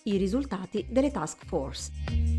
I risultati delle task force.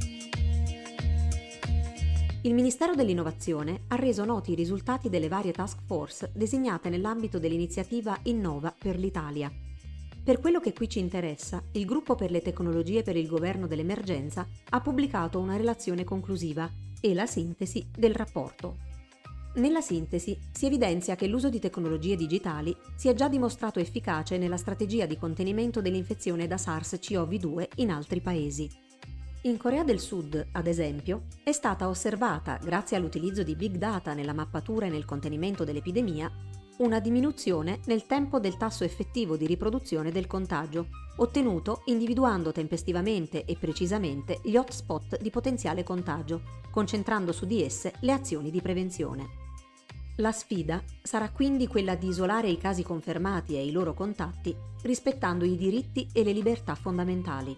Il Ministero dell'Innovazione ha reso noti i risultati delle varie task force designate nell'ambito dell'iniziativa Innova per l'Italia. Per quello che qui ci interessa, il Gruppo per le tecnologie per il governo dell'emergenza ha pubblicato una relazione conclusiva e la sintesi del rapporto. Nella sintesi si evidenzia che l'uso di tecnologie digitali si è già dimostrato efficace nella strategia di contenimento dell'infezione da SARS-CoV-2 in altri paesi. In Corea del Sud, ad esempio, è stata osservata, grazie all'utilizzo di big data nella mappatura e nel contenimento dell'epidemia, una diminuzione nel tempo del tasso effettivo di riproduzione del contagio, ottenuto individuando tempestivamente e precisamente gli hotspot di potenziale contagio, concentrando su di esse le azioni di prevenzione. La sfida sarà quindi quella di isolare i casi confermati e i loro contatti, rispettando i diritti e le libertà fondamentali.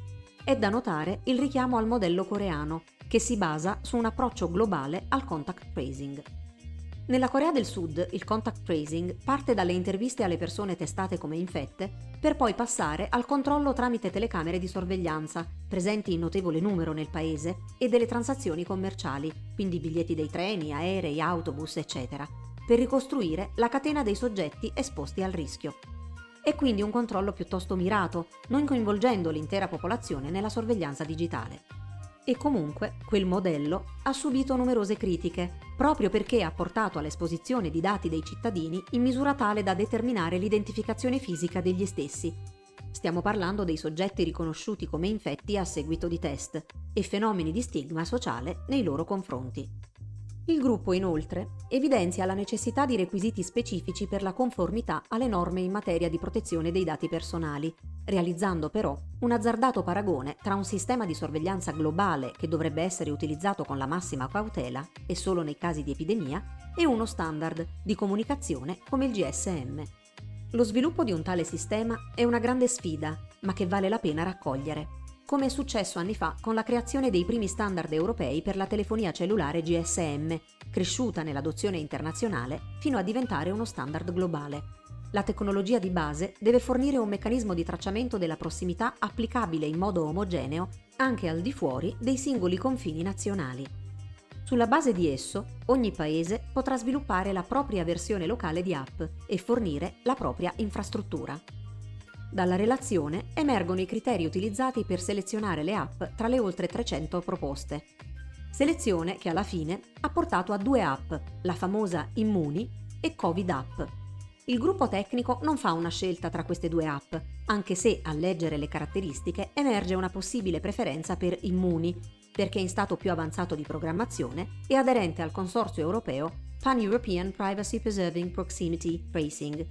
È da notare il richiamo al modello coreano, che si basa su un approccio globale al contact tracing. Nella Corea del Sud il contact tracing parte dalle interviste alle persone testate come infette per poi passare al controllo tramite telecamere di sorveglianza, presenti in notevole numero nel paese, e delle transazioni commerciali, quindi biglietti dei treni, aerei, autobus, eccetera, per ricostruire la catena dei soggetti esposti al rischio. È quindi un controllo piuttosto mirato, non coinvolgendo l'intera popolazione nella sorveglianza digitale. E comunque quel modello ha subito numerose critiche, proprio perché ha portato all'esposizione di dati dei cittadini in misura tale da determinare l'identificazione fisica degli stessi. Stiamo parlando dei soggetti riconosciuti come infetti a seguito di test e fenomeni di stigma sociale nei loro confronti. Il gruppo, inoltre, evidenzia la necessità di requisiti specifici per la conformità alle norme in materia di protezione dei dati personali, realizzando però un azzardato paragone tra un sistema di sorveglianza globale che dovrebbe essere utilizzato con la massima cautela e solo nei casi di epidemia e uno standard di comunicazione come il GSM. Lo sviluppo di un tale sistema è una grande sfida, ma che vale la pena raccogliere, come è successo anni fa con la creazione dei primi standard europei per la telefonia cellulare GSM, cresciuta nell'adozione internazionale fino a diventare uno standard globale. La tecnologia di base deve fornire un meccanismo di tracciamento della prossimità applicabile in modo omogeneo anche al di fuori dei singoli confini nazionali. Sulla base di esso, ogni paese potrà sviluppare la propria versione locale di app e fornire la propria infrastruttura. Dalla relazione emergono i criteri utilizzati per selezionare le app tra le oltre 300 proposte. Selezione che alla fine ha portato a 2 app, la famosa Immuni e Covid App. Il gruppo tecnico non fa una scelta tra queste 2 app, anche se a leggere le caratteristiche emerge una possibile preferenza per Immuni, perché in stato più avanzato di programmazione e aderente al consorzio europeo Pan-European Privacy Preserving Proximity Tracing,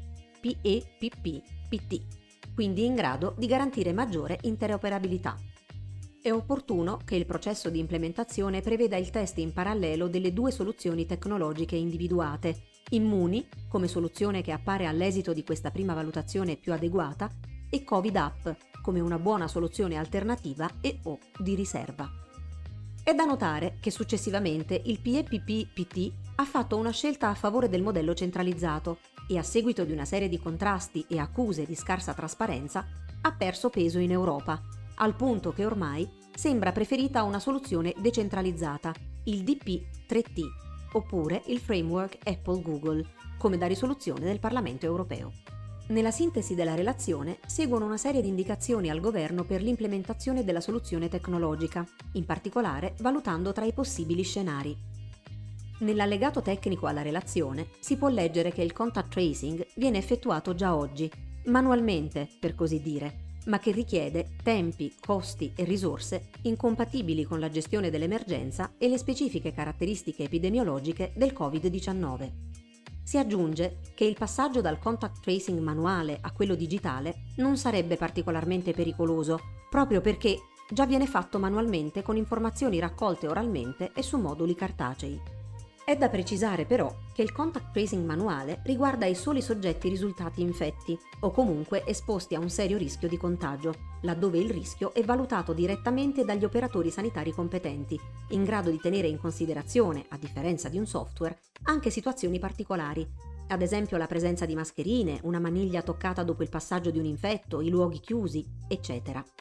PEPP-PT, quindi in grado di garantire maggiore interoperabilità. È opportuno che il processo di implementazione preveda il test in parallelo delle 2 soluzioni tecnologiche individuate, Immuni, come soluzione che appare all'esito di questa prima valutazione più adeguata, e Covid App, come una buona soluzione alternativa e o di riserva. È da notare che successivamente il PEPP-PT ha fatto una scelta a favore del modello centralizzato e, a seguito di una serie di contrasti e accuse di scarsa trasparenza, ha perso peso in Europa, al punto che ormai sembra preferita una soluzione decentralizzata, il DP3T, oppure il framework Apple-Google, come da risoluzione del Parlamento europeo. Nella sintesi della relazione seguono una serie di indicazioni al governo per l'implementazione della soluzione tecnologica, in particolare valutando tra i possibili scenari. Nell'allegato tecnico alla relazione si può leggere che il contact tracing viene effettuato già oggi, manualmente per così dire, ma che richiede tempi, costi e risorse incompatibili con la gestione dell'emergenza e le specifiche caratteristiche epidemiologiche del Covid-19. Si aggiunge che il passaggio dal contact tracing manuale a quello digitale non sarebbe particolarmente pericoloso, proprio perché già viene fatto manualmente con informazioni raccolte oralmente e su moduli cartacei. È da precisare però che il contact tracing manuale riguarda i soli soggetti risultati infetti o comunque esposti a un serio rischio di contagio, laddove il rischio è valutato direttamente dagli operatori sanitari competenti, in grado di tenere in considerazione, a differenza di un software, anche situazioni particolari, ad esempio la presenza di mascherine, una maniglia toccata dopo il passaggio di un infetto, i luoghi chiusi, eccetera.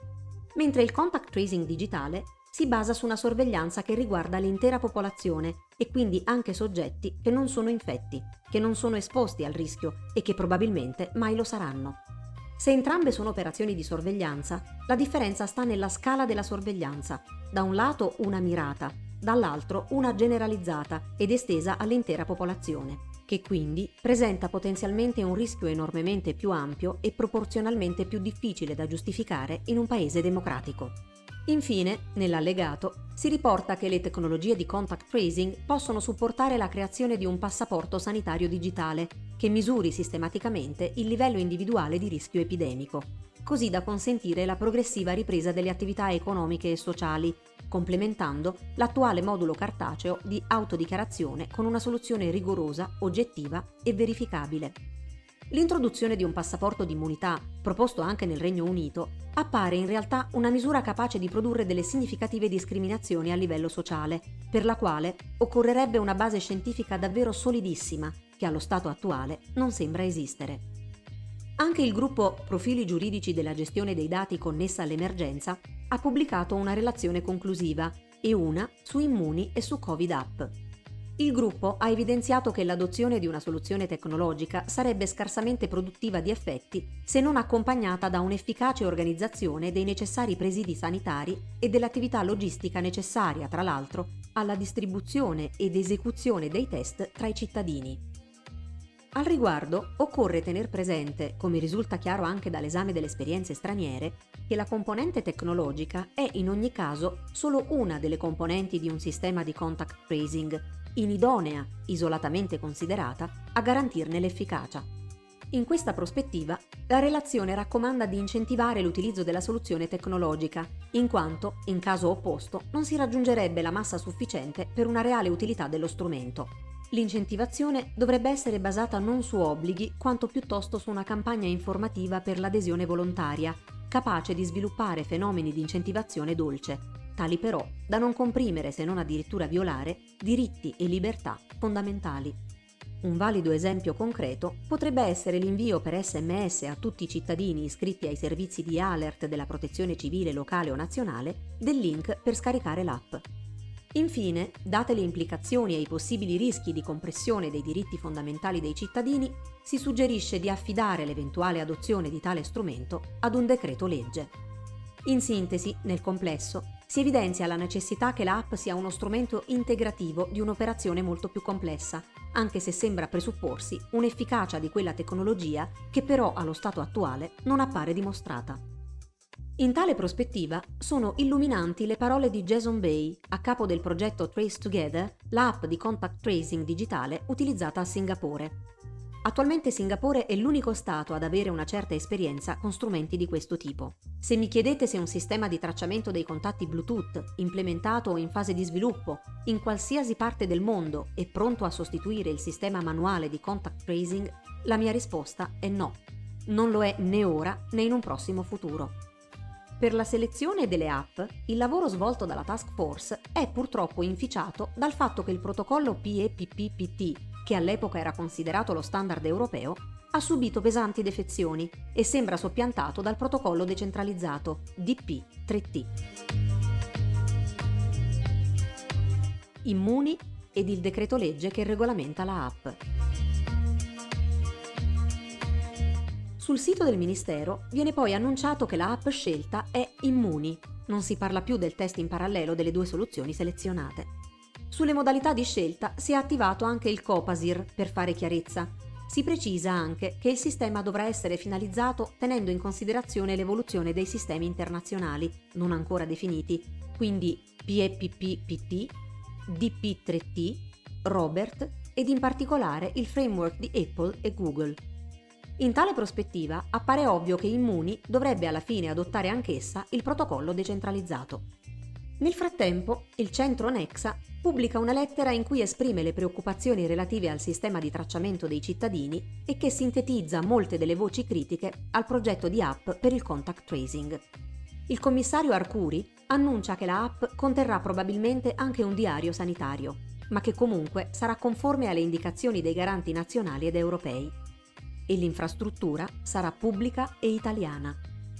mentre il contact tracing digitale si basa su una sorveglianza che riguarda l'intera popolazione e quindi anche soggetti che non sono infetti, che non sono esposti al rischio e che probabilmente mai lo saranno. Se entrambe sono operazioni di sorveglianza, la differenza sta nella scala della sorveglianza. Da un lato una mirata, dall'altro una generalizzata ed estesa all'intera popolazione, che quindi presenta potenzialmente un rischio enormemente più ampio e proporzionalmente più difficile da giustificare in un paese democratico. Infine, nell'allegato, si riporta che le tecnologie di contact tracing possono supportare la creazione di un passaporto sanitario digitale che misuri sistematicamente il livello individuale di rischio epidemico, così da consentire la progressiva ripresa delle attività economiche e sociali, complementando l'attuale modulo cartaceo di autodichiarazione con una soluzione rigorosa, oggettiva e verificabile. L'introduzione di un passaporto di immunità, proposto anche nel Regno Unito, appare in realtà una misura capace di produrre delle significative discriminazioni a livello sociale, per la quale occorrerebbe una base scientifica davvero solidissima, che allo stato attuale non sembra esistere. Anche il gruppo Profili giuridici della gestione dei dati connessa all'emergenza ha pubblicato una relazione conclusiva e una su Immuni e su Covid App. Il gruppo ha evidenziato che l'adozione di una soluzione tecnologica sarebbe scarsamente produttiva di effetti se non accompagnata da un'efficace organizzazione dei necessari presidi sanitari e dell'attività logistica necessaria, tra l'altro, alla distribuzione ed esecuzione dei test tra i cittadini. Al riguardo, occorre tener presente, come risulta chiaro anche dall'esame delle esperienze straniere, che la componente tecnologica è in ogni caso solo una delle componenti di un sistema di contact tracing, inidonea, isolatamente considerata, a garantirne l'efficacia. In questa prospettiva, la relazione raccomanda di incentivare l'utilizzo della soluzione tecnologica, in quanto, in caso opposto, non si raggiungerebbe la massa sufficiente per una reale utilità dello strumento. L'incentivazione dovrebbe essere basata non su obblighi, quanto piuttosto su una campagna informativa per l'adesione volontaria, capace di sviluppare fenomeni di incentivazione dolce, tali però da non comprimere, se non addirittura violare, diritti e libertà fondamentali. Un valido esempio concreto potrebbe essere l'invio per SMS a tutti i cittadini iscritti ai servizi di alert della Protezione Civile locale o nazionale del link per scaricare l'app. Infine, date le implicazioni e i possibili rischi di compressione dei diritti fondamentali dei cittadini, si suggerisce di affidare l'eventuale adozione di tale strumento ad un decreto legge. In sintesi, nel complesso, si evidenzia la necessità che l'app sia uno strumento integrativo di un'operazione molto più complessa, anche se sembra presupporsi un'efficacia di quella tecnologia che però allo stato attuale non appare dimostrata. In tale prospettiva sono illuminanti le parole di Jason Bay, a capo del progetto Trace Together, l'app di contact tracing digitale utilizzata a Singapore. Attualmente Singapore è l'unico stato ad avere una certa esperienza con strumenti di questo tipo. Se mi chiedete se un sistema di tracciamento dei contatti Bluetooth, implementato o in fase di sviluppo, in qualsiasi parte del mondo è pronto a sostituire il sistema manuale di contact tracing, la mia risposta è no. Non lo è né ora né in un prossimo futuro. Per la selezione delle app, il lavoro svolto dalla Task Force è purtroppo inficiato dal fatto che il protocollo PEPP-PT, che all'epoca era considerato lo standard europeo, ha subito pesanti defezioni e sembra soppiantato dal protocollo decentralizzato DP3T. Immuni ed il decreto legge che regolamenta la app. Sul sito del Ministero viene poi annunciato che la app scelta è Immuni. Non si parla più del test in parallelo delle due soluzioni selezionate. Sulle modalità di scelta si è attivato anche il Copasir per fare chiarezza. Si precisa anche che il sistema dovrà essere finalizzato tenendo in considerazione l'evoluzione dei sistemi internazionali, non ancora definiti, quindi PEPP-PT, DP3T, Robert ed in particolare il framework di Apple e Google. In tale prospettiva appare ovvio che Immuni dovrebbe alla fine adottare anch'essa il protocollo decentralizzato. Nel frattempo, il centro Nexa pubblica una lettera in cui esprime le preoccupazioni relative al sistema di tracciamento dei cittadini e che sintetizza molte delle voci critiche al progetto di app per il contact tracing. Il commissario Arcuri annuncia che la app conterrà probabilmente anche un diario sanitario, ma che comunque sarà conforme alle indicazioni dei garanti nazionali ed europei. E l'infrastruttura sarà pubblica e italiana.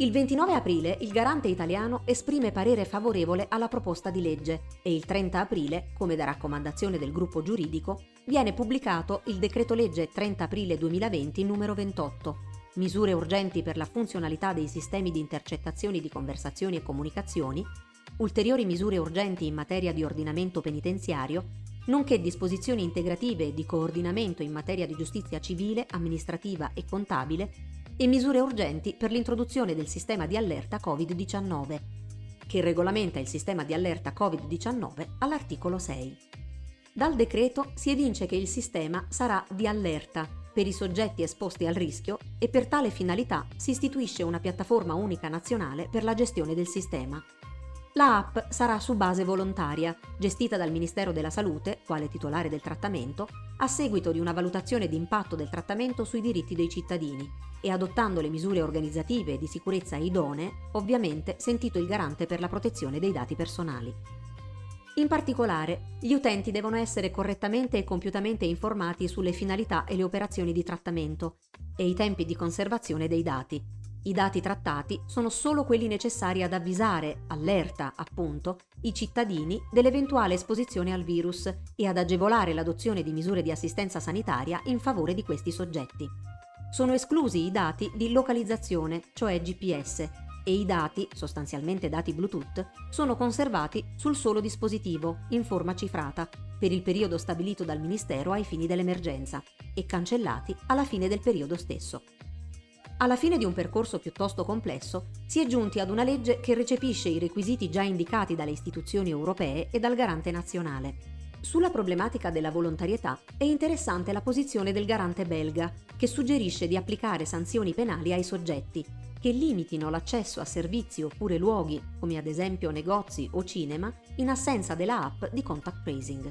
Il 29 aprile il Garante italiano esprime parere favorevole alla proposta di legge e il 30 aprile, come da raccomandazione del gruppo giuridico, viene pubblicato il decreto legge 30 aprile 2020 numero 28, misure urgenti per la funzionalità dei sistemi di intercettazioni di conversazioni e comunicazioni, ulteriori misure urgenti in materia di ordinamento penitenziario, nonché disposizioni integrative e di coordinamento in materia di giustizia civile, amministrativa e contabile e misure urgenti per l'introduzione del sistema di allerta Covid-19, che regolamenta il sistema di allerta Covid-19 all'articolo 6. Dal decreto si evince che il sistema sarà di allerta per i soggetti esposti al rischio e per tale finalità si istituisce una piattaforma unica nazionale per la gestione del sistema. La app sarà su base volontaria, gestita dal Ministero della Salute, quale titolare del trattamento, a seguito di una valutazione di impatto del trattamento sui diritti dei cittadini e adottando le misure organizzative e di sicurezza idonee, ovviamente sentito il garante per la protezione dei dati personali. In particolare, gli utenti devono essere correttamente e compiutamente informati sulle finalità e le operazioni di trattamento e i tempi di conservazione dei dati. I dati trattati sono solo quelli necessari ad avvisare, allerta appunto, i cittadini dell'eventuale esposizione al virus e ad agevolare l'adozione di misure di assistenza sanitaria in favore di questi soggetti. Sono esclusi i dati di localizzazione, cioè GPS, e i dati, sostanzialmente dati Bluetooth, sono conservati sul solo dispositivo, in forma cifrata, per il periodo stabilito dal Ministero ai fini dell'emergenza, e cancellati alla fine del periodo stesso. Alla fine di un percorso piuttosto complesso, si è giunti ad una legge che recepisce i requisiti già indicati dalle istituzioni europee e dal garante nazionale. Sulla problematica della volontarietà è interessante la posizione del garante belga, che suggerisce di applicare sanzioni penali ai soggetti che limitino l'accesso a servizi oppure luoghi, come ad esempio negozi o cinema, in assenza della app di contact tracing.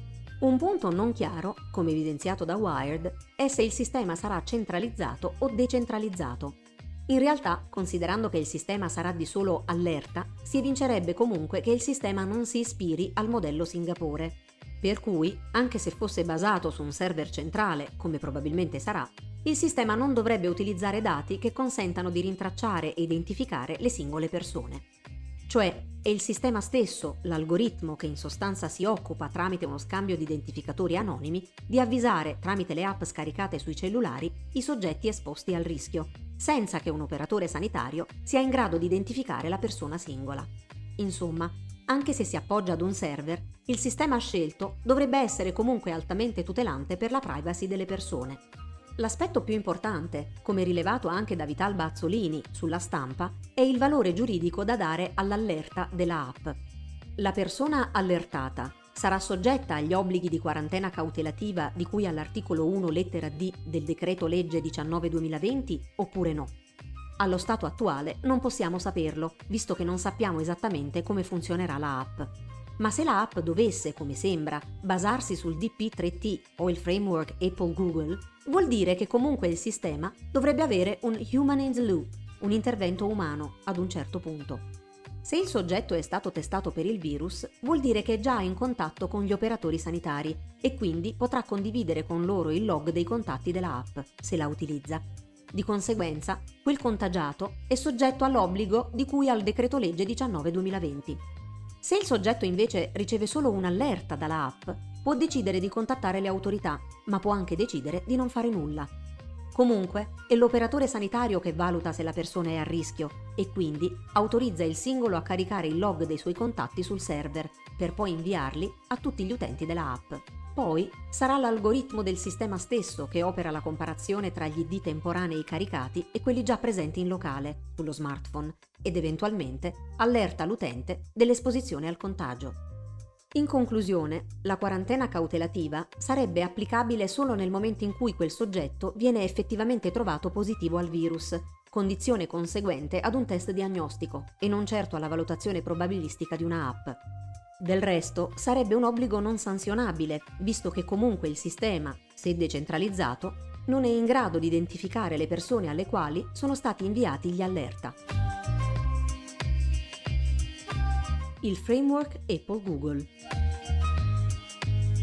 Un punto non chiaro, come evidenziato da Wired, è se il sistema sarà centralizzato o decentralizzato. In realtà, considerando che il sistema sarà di solo allerta, si evincerebbe comunque che il sistema non si ispiri al modello Singapore. Per cui, anche se fosse basato su un server centrale, come probabilmente sarà, il sistema non dovrebbe utilizzare dati che consentano di rintracciare e identificare le singole persone. Cioè, è il sistema stesso, l'algoritmo che in sostanza si occupa tramite uno scambio di identificatori anonimi di avvisare tramite le app scaricate sui cellulari i soggetti esposti al rischio, senza che un operatore sanitario sia in grado di identificare la persona singola. Insomma, anche se si appoggia ad un server, il sistema scelto dovrebbe essere comunque altamente tutelante per la privacy delle persone. L'aspetto più importante, come rilevato anche da Vital Bazzolini sulla Stampa, è il valore giuridico da dare all'allerta della app. La persona allertata sarà soggetta agli obblighi di quarantena cautelativa di cui all'articolo 1 lettera D del decreto legge 19/2020 oppure no? Allo stato attuale non possiamo saperlo, visto che non sappiamo esattamente come funzionerà la app. Ma se la app dovesse, come sembra, basarsi sul DP3T o il framework Apple Google, vuol dire che comunque il sistema dovrebbe avere un human in the loop, un intervento umano ad un certo punto. Se il soggetto è stato testato per il virus, vuol dire che è già in contatto con gli operatori sanitari e quindi potrà condividere con loro il log dei contatti della app, se la utilizza. Di conseguenza, quel contagiato è soggetto all'obbligo di cui al decreto legge 19/2020. Se il soggetto invece riceve solo un'allerta dalla app, può decidere di contattare le autorità, ma può anche decidere di non fare nulla. Comunque, è l'operatore sanitario che valuta se la persona è a rischio e quindi autorizza il singolo a caricare il log dei suoi contatti sul server, per poi inviarli a tutti gli utenti della app. Poi sarà l'algoritmo del sistema stesso che opera la comparazione tra gli ID temporanei caricati e quelli già presenti in locale, sullo smartphone, ed eventualmente allerta l'utente dell'esposizione al contagio. In conclusione, la quarantena cautelativa sarebbe applicabile solo nel momento in cui quel soggetto viene effettivamente trovato positivo al virus, condizione conseguente ad un test diagnostico e non certo alla valutazione probabilistica di una app. Del resto, sarebbe un obbligo non sanzionabile, visto che comunque il sistema, se decentralizzato, non è in grado di identificare le persone alle quali sono stati inviati gli allerta. Il framework Apple Google.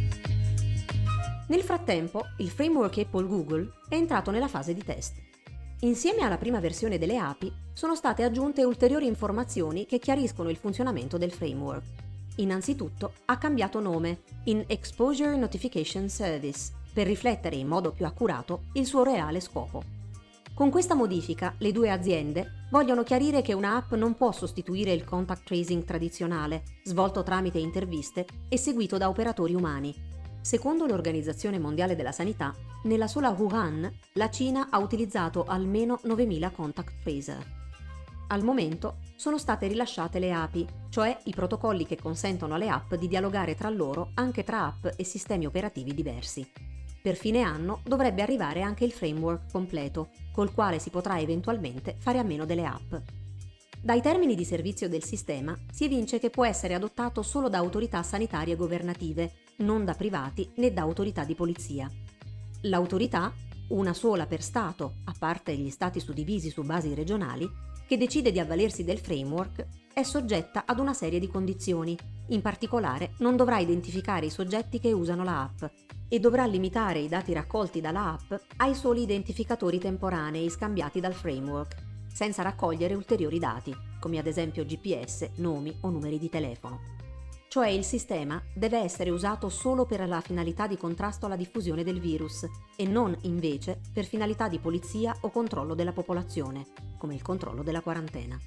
Nel frattempo, il framework Apple Google è entrato nella fase di test. Insieme alla prima versione delle API sono state aggiunte ulteriori informazioni che chiariscono il funzionamento del framework. Innanzitutto ha cambiato nome in Exposure Notification Service per riflettere in modo più accurato il suo reale scopo. Con questa modifica le due aziende vogliono chiarire che una app non può sostituire il contact tracing tradizionale, svolto tramite interviste e seguito da operatori umani. Secondo l'Organizzazione Mondiale della Sanità, nella sola Wuhan, la Cina ha utilizzato almeno 9.000 contact tracer. Al momento sono state rilasciate le API, cioè i protocolli che consentono alle app di dialogare tra loro anche tra app e sistemi operativi diversi. Per fine anno dovrebbe arrivare anche il framework completo, col quale si potrà eventualmente fare a meno delle app. Dai termini di servizio del sistema si evince che può essere adottato solo da autorità sanitarie governative, non da privati né da autorità di polizia. L'autorità, una sola per Stato, a parte gli Stati suddivisi su basi regionali, che decide di avvalersi del framework, è soggetta ad una serie di condizioni. In particolare non dovrà identificare i soggetti che usano la app e dovrà limitare i dati raccolti dalla app ai soli identificatori temporanei scambiati dal framework, senza raccogliere ulteriori dati, come ad esempio GPS, nomi o numeri di telefono. Cioè il sistema deve essere usato solo per la finalità di contrasto alla diffusione del virus e non invece per finalità di polizia o controllo della popolazione, come il controllo della quarantena.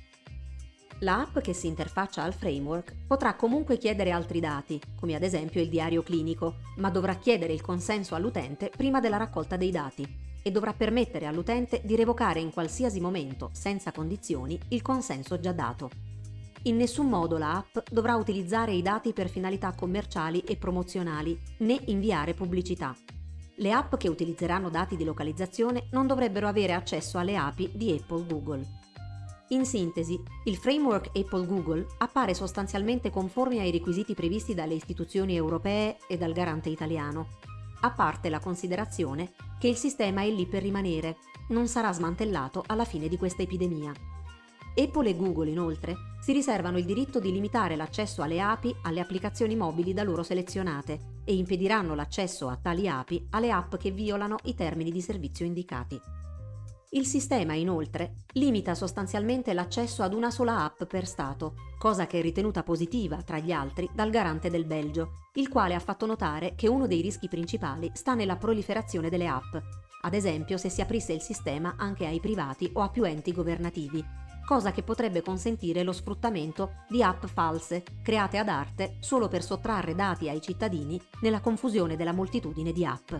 La app che si interfaccia al framework potrà comunque chiedere altri dati, come ad esempio il diario clinico, ma dovrà chiedere il consenso all'utente prima della raccolta dei dati e dovrà permettere all'utente di revocare in qualsiasi momento, senza condizioni, il consenso già dato. In nessun modo la app dovrà utilizzare i dati per finalità commerciali e promozionali, né inviare pubblicità. Le app che utilizzeranno dati di localizzazione non dovrebbero avere accesso alle API di Apple Google. In sintesi, il framework Apple Google appare sostanzialmente conforme ai requisiti previsti dalle istituzioni europee e dal garante italiano, a parte la considerazione che il sistema è lì per rimanere, non sarà smantellato alla fine di questa epidemia. Apple e Google, inoltre, si riservano il diritto di limitare l'accesso alle API alle applicazioni mobili da loro selezionate e impediranno l'accesso a tali API alle app che violano i termini di servizio indicati. Il sistema, inoltre, limita sostanzialmente l'accesso ad una sola app per Stato, cosa che è ritenuta positiva, tra gli altri, dal Garante del Belgio, il quale ha fatto notare che uno dei rischi principali sta nella proliferazione delle app, ad esempio se si aprisse il sistema anche ai privati o a più enti governativi, cosa che potrebbe consentire lo sfruttamento di app false, create ad arte solo per sottrarre dati ai cittadini nella confusione della moltitudine di app.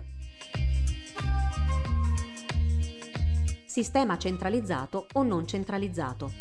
Sistema centralizzato o non centralizzato.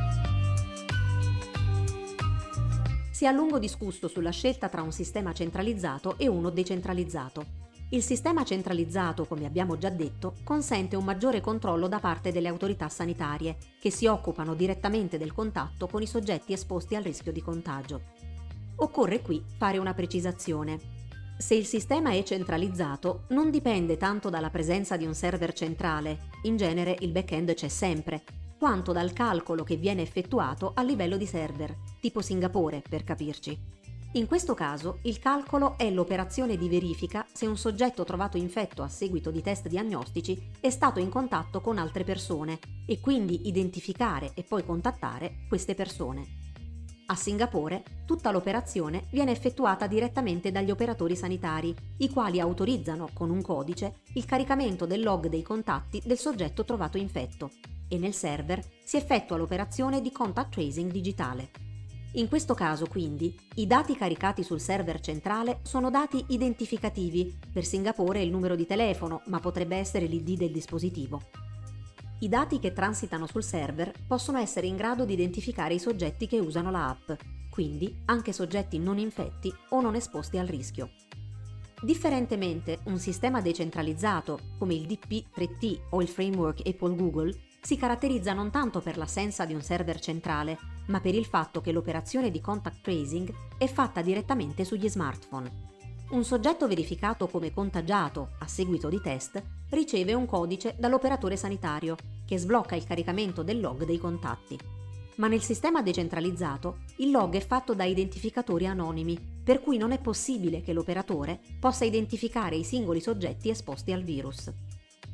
Si è a lungo discusso sulla scelta tra un sistema centralizzato e uno decentralizzato. Il sistema centralizzato, come abbiamo già detto, consente un maggiore controllo da parte delle autorità sanitarie, che si occupano direttamente del contatto con i soggetti esposti al rischio di contagio. Occorre qui fare una precisazione. Se il sistema è centralizzato, non dipende tanto dalla presenza di un server centrale, in genere il back-end c'è sempre, quanto dal calcolo che viene effettuato a livello di server, tipo Singapore per capirci. In questo caso il calcolo è l'operazione di verifica se un soggetto trovato infetto a seguito di test diagnostici è stato in contatto con altre persone e quindi identificare e poi contattare queste persone. A Singapore tutta l'operazione viene effettuata direttamente dagli operatori sanitari, i quali autorizzano con un codice il caricamento del log dei contatti del soggetto trovato infetto e nel server si effettua l'operazione di contact tracing digitale. In questo caso, quindi, i dati caricati sul server centrale sono dati identificativi, per Singapore il numero di telefono, ma potrebbe essere l'ID del dispositivo. I dati che transitano sul server possono essere in grado di identificare i soggetti che usano la app, quindi anche soggetti non infetti o non esposti al rischio. Differentemente, un sistema decentralizzato, come il DP3T o il framework Apple Google, si caratterizza non tanto per l'assenza di un server centrale, ma per il fatto che l'operazione di contact tracing è fatta direttamente sugli smartphone. Un soggetto verificato come contagiato a seguito di test riceve un codice dall'operatore sanitario che sblocca il caricamento del log dei contatti. Ma nel sistema decentralizzato il log è fatto da identificatori anonimi, per cui non è possibile che l'operatore possa identificare i singoli soggetti esposti al virus.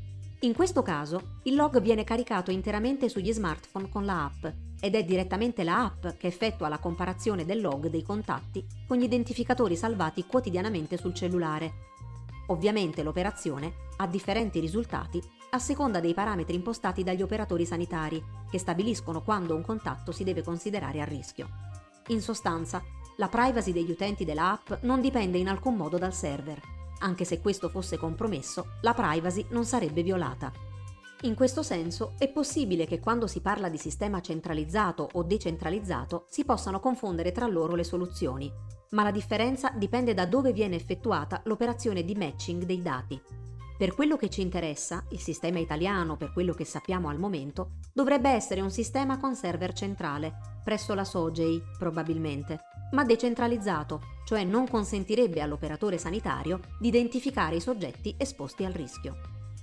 In questo caso, il log viene caricato interamente sugli smartphone con la app ed è direttamente la app che effettua la comparazione del log dei contatti con gli identificatori salvati quotidianamente sul cellulare. Ovviamente l'operazione ha differenti risultati a seconda dei parametri impostati dagli operatori sanitari, che stabiliscono quando un contatto si deve considerare a rischio. In sostanza, la privacy degli utenti dell'app non dipende in alcun modo dal server. Anche se questo fosse compromesso, la privacy non sarebbe violata. In questo senso, è possibile che quando si parla di sistema centralizzato o decentralizzato si possano confondere tra loro le soluzioni, ma la differenza dipende da dove viene effettuata l'operazione di matching dei dati. Per quello che ci interessa, il sistema italiano, per quello che sappiamo al momento, dovrebbe essere un sistema con server centrale, presso la SOGEI probabilmente, ma decentralizzato, cioè non consentirebbe all'operatore sanitario di identificare i soggetti esposti al rischio.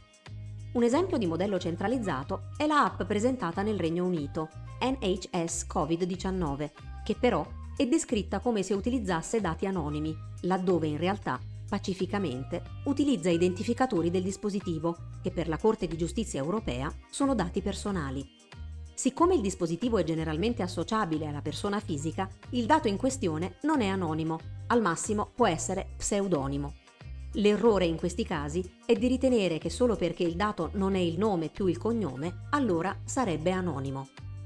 Un esempio di modello centralizzato è la app presentata nel Regno Unito, NHS Covid-19, che però è descritta come se utilizzasse dati anonimi, laddove in realtà pacificamente utilizza identificatori del dispositivo, che per la Corte di Giustizia europea sono dati personali. Siccome il dispositivo è generalmente associabile alla persona fisica, il dato in questione non è anonimo, al massimo può essere pseudonimo. L'errore in questi casi è di ritenere che solo perché il dato non è il nome più il cognome, allora sarebbe anonimo.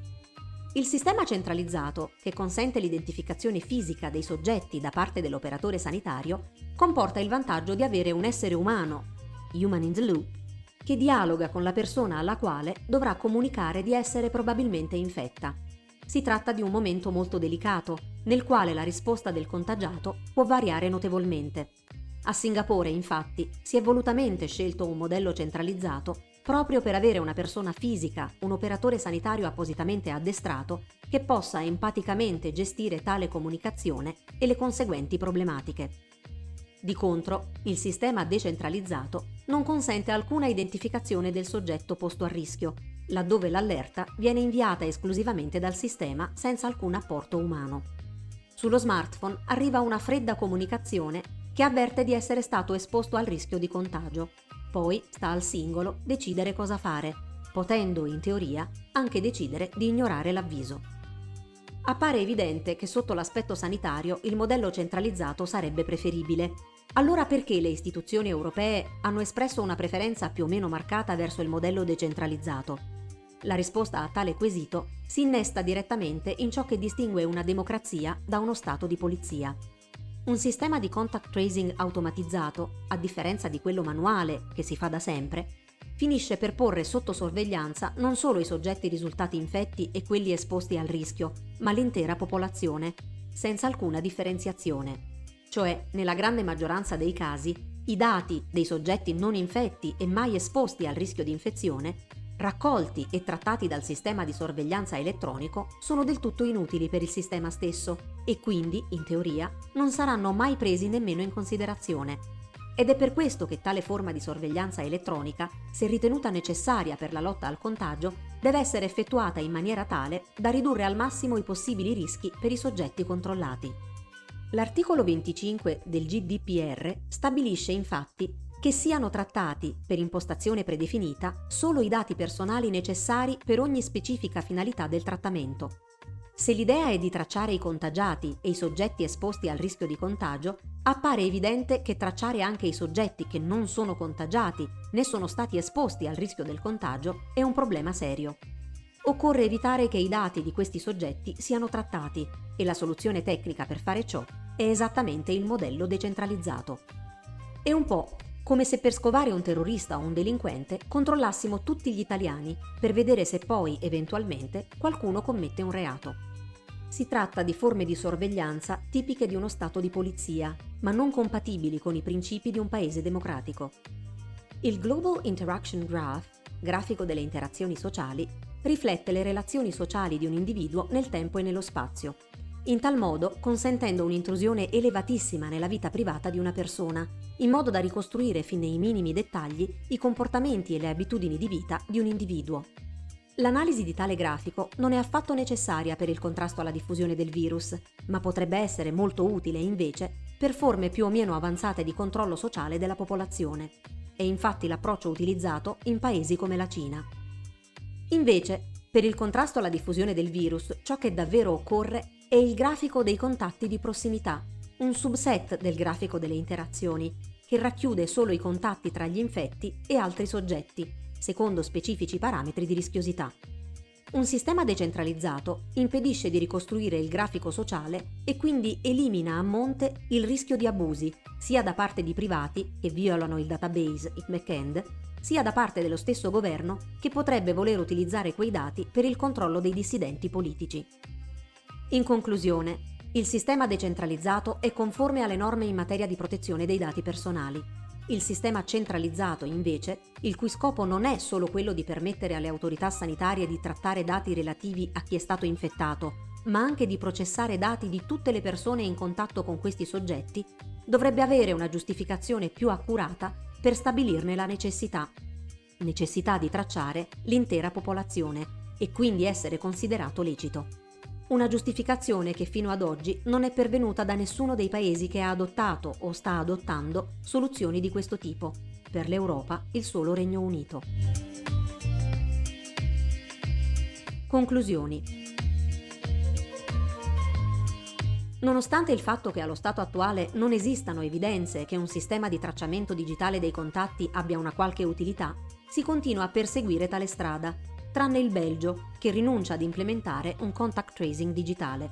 Il sistema centralizzato, che consente l'identificazione fisica dei soggetti da parte dell'operatore sanitario, comporta il vantaggio di avere un essere umano, human in the loop, che dialoga con la persona alla quale dovrà comunicare di essere probabilmente infetta. Si tratta di un momento molto delicato, nel quale la risposta del contagiato può variare notevolmente. A Singapore, infatti, si è volutamente scelto un modello centralizzato proprio per avere una persona fisica, un operatore sanitario appositamente addestrato, che possa empaticamente gestire tale comunicazione e le conseguenti problematiche. Di contro, il sistema decentralizzato non consente alcuna identificazione del soggetto posto a rischio, laddove l'allerta viene inviata esclusivamente dal sistema senza alcun apporto umano. Sullo smartphone arriva una fredda comunicazione che avverte di essere stato esposto al rischio di contagio. Poi sta al singolo decidere cosa fare, potendo, in teoria, anche decidere di ignorare l'avviso. Appare evidente che sotto l'aspetto sanitario il modello centralizzato sarebbe preferibile. Allora perché le istituzioni europee hanno espresso una preferenza più o meno marcata verso il modello decentralizzato? La risposta a tale quesito si innesta direttamente in ciò che distingue una democrazia da uno stato di polizia. Un sistema di contact tracing automatizzato, a differenza di quello manuale che si fa da sempre, finisce per porre sotto sorveglianza non solo i soggetti risultati infetti e quelli esposti al rischio, ma l'intera popolazione, senza alcuna differenziazione. Cioè, nella grande maggioranza dei casi, i dati dei soggetti non infetti e mai esposti al rischio di infezione, raccolti e trattati dal sistema di sorveglianza elettronico, sono del tutto inutili per il sistema stesso e quindi, in teoria, non saranno mai presi nemmeno in considerazione. Ed è per questo che tale forma di sorveglianza elettronica, se ritenuta necessaria per la lotta al contagio, deve essere effettuata in maniera tale da ridurre al massimo i possibili rischi per i soggetti controllati. L'articolo 25 del GDPR stabilisce infatti che siano trattati, per impostazione predefinita, solo i dati personali necessari per ogni specifica finalità del trattamento. Se l'idea è di tracciare i contagiati e i soggetti esposti al rischio di contagio, appare evidente che tracciare anche i soggetti che non sono contagiati né sono stati esposti al rischio del contagio è un problema serio. Occorre evitare che i dati di questi soggetti siano trattati e la soluzione tecnica per fare ciò è esattamente il modello decentralizzato. È un po' come se per scovare un terrorista o un delinquente controllassimo tutti gli italiani per vedere se poi, eventualmente, qualcuno commette un reato. Si tratta di forme di sorveglianza tipiche di uno stato di polizia, ma non compatibili con i principi di un paese democratico. Il Global Interaction Graph, grafico delle interazioni sociali, riflette le relazioni sociali di un individuo nel tempo e nello spazio, in tal modo consentendo un'intrusione elevatissima nella vita privata di una persona, in modo da ricostruire fin nei minimi dettagli i comportamenti e le abitudini di vita di un individuo. L'analisi di tale grafico non è affatto necessaria per il contrasto alla diffusione del virus, ma potrebbe essere molto utile invece per forme più o meno avanzate di controllo sociale della popolazione. è infatti l'approccio utilizzato in paesi come la Cina. Invece, per il contrasto alla diffusione del virus, ciò che davvero occorre è il grafico dei contatti di prossimità, un subset del grafico delle interazioni, che racchiude solo i contatti tra gli infetti e altri soggetti, secondo specifici parametri di rischiosità. Un sistema decentralizzato impedisce di ricostruire il grafico sociale e quindi elimina a monte il rischio di abusi, sia da parte di privati che violano il database, il back-end, sia da parte dello stesso governo che potrebbe voler utilizzare quei dati per il controllo dei dissidenti politici. In conclusione, il sistema decentralizzato è conforme alle norme in materia di protezione dei dati personali. Il sistema centralizzato, invece, il cui scopo non è solo quello di permettere alle autorità sanitarie di trattare dati relativi a chi è stato infettato, ma anche di processare dati di tutte le persone in contatto con questi soggetti, dovrebbe avere una giustificazione più accurata per stabilirne la necessità di tracciare l'intera popolazione e quindi essere considerato lecito. Una giustificazione che fino ad oggi non è pervenuta da nessuno dei paesi che ha adottato o sta adottando soluzioni di questo tipo. Per l'Europa, il solo Regno Unito. Conclusioni. Nonostante il fatto che allo stato attuale non esistano evidenze che un sistema di tracciamento digitale dei contatti abbia una qualche utilità, si continua a perseguire tale strada, tranne il Belgio, che rinuncia ad implementare un contact tracing digitale.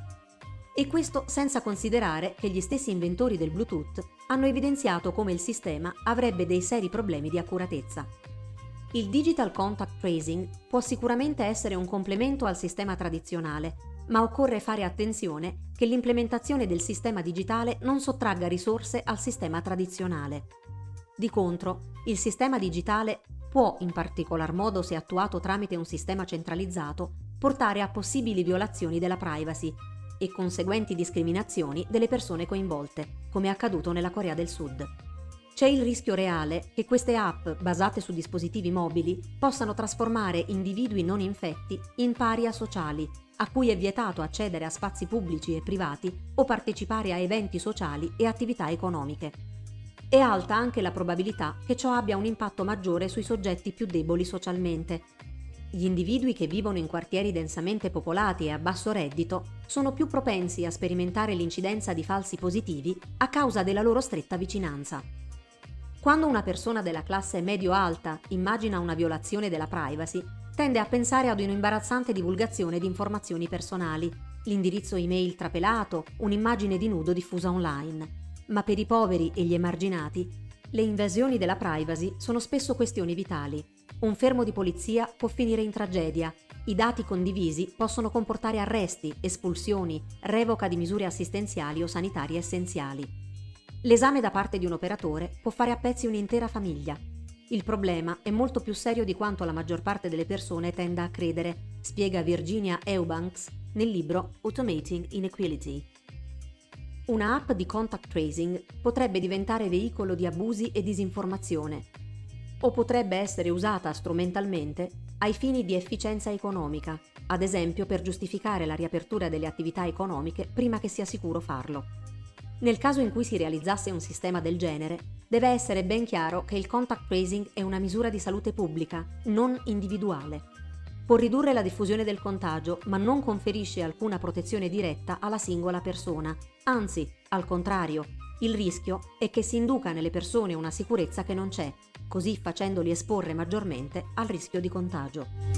E questo senza considerare che gli stessi inventori del Bluetooth hanno evidenziato come il sistema avrebbe dei seri problemi di accuratezza. Il digital contact tracing può sicuramente essere un complemento al sistema tradizionale, ma occorre fare attenzione che l'implementazione del sistema digitale non sottragga risorse al sistema tradizionale. Di contro, il sistema digitale può, in particolar modo se attuato tramite un sistema centralizzato, portare a possibili violazioni della privacy e conseguenti discriminazioni delle persone coinvolte, come è accaduto nella Corea del Sud. C'è il rischio reale che queste app, basate su dispositivi mobili, possano trasformare individui non infetti in paria sociali, a cui è vietato accedere a spazi pubblici e privati o partecipare a eventi sociali e attività economiche. È alta anche la probabilità che ciò abbia un impatto maggiore sui soggetti più deboli socialmente. Gli individui che vivono in quartieri densamente popolati e a basso reddito sono più propensi a sperimentare l'incidenza di falsi positivi a causa della loro stretta vicinanza. Quando una persona della classe medio-alta immagina una violazione della privacy, tende a pensare ad un'imbarazzante divulgazione di informazioni personali, l'indirizzo email trapelato, un'immagine di nudo diffusa online. Ma per i poveri e gli emarginati, le invasioni della privacy sono spesso questioni vitali. Un fermo di polizia può finire in tragedia, i dati condivisi possono comportare arresti, espulsioni, revoca di misure assistenziali o sanitarie essenziali. L'esame da parte di un operatore può fare a pezzi un'intera famiglia. Il problema è molto più serio di quanto la maggior parte delle persone tenda a credere, spiega Virginia Eubanks nel libro Automating Inequality. Una app di contact tracing potrebbe diventare veicolo di abusi e disinformazione, o potrebbe essere usata strumentalmente ai fini di efficienza economica, ad esempio per giustificare la riapertura delle attività economiche prima che sia sicuro farlo. Nel caso in cui si realizzasse un sistema del genere, deve essere ben chiaro che il contact tracing è una misura di salute pubblica, non individuale. Può ridurre la diffusione del contagio, ma non conferisce alcuna protezione diretta alla singola persona. Anzi, al contrario, il rischio è che si induca nelle persone una sicurezza che non c'è, così facendoli esporre maggiormente al rischio di contagio.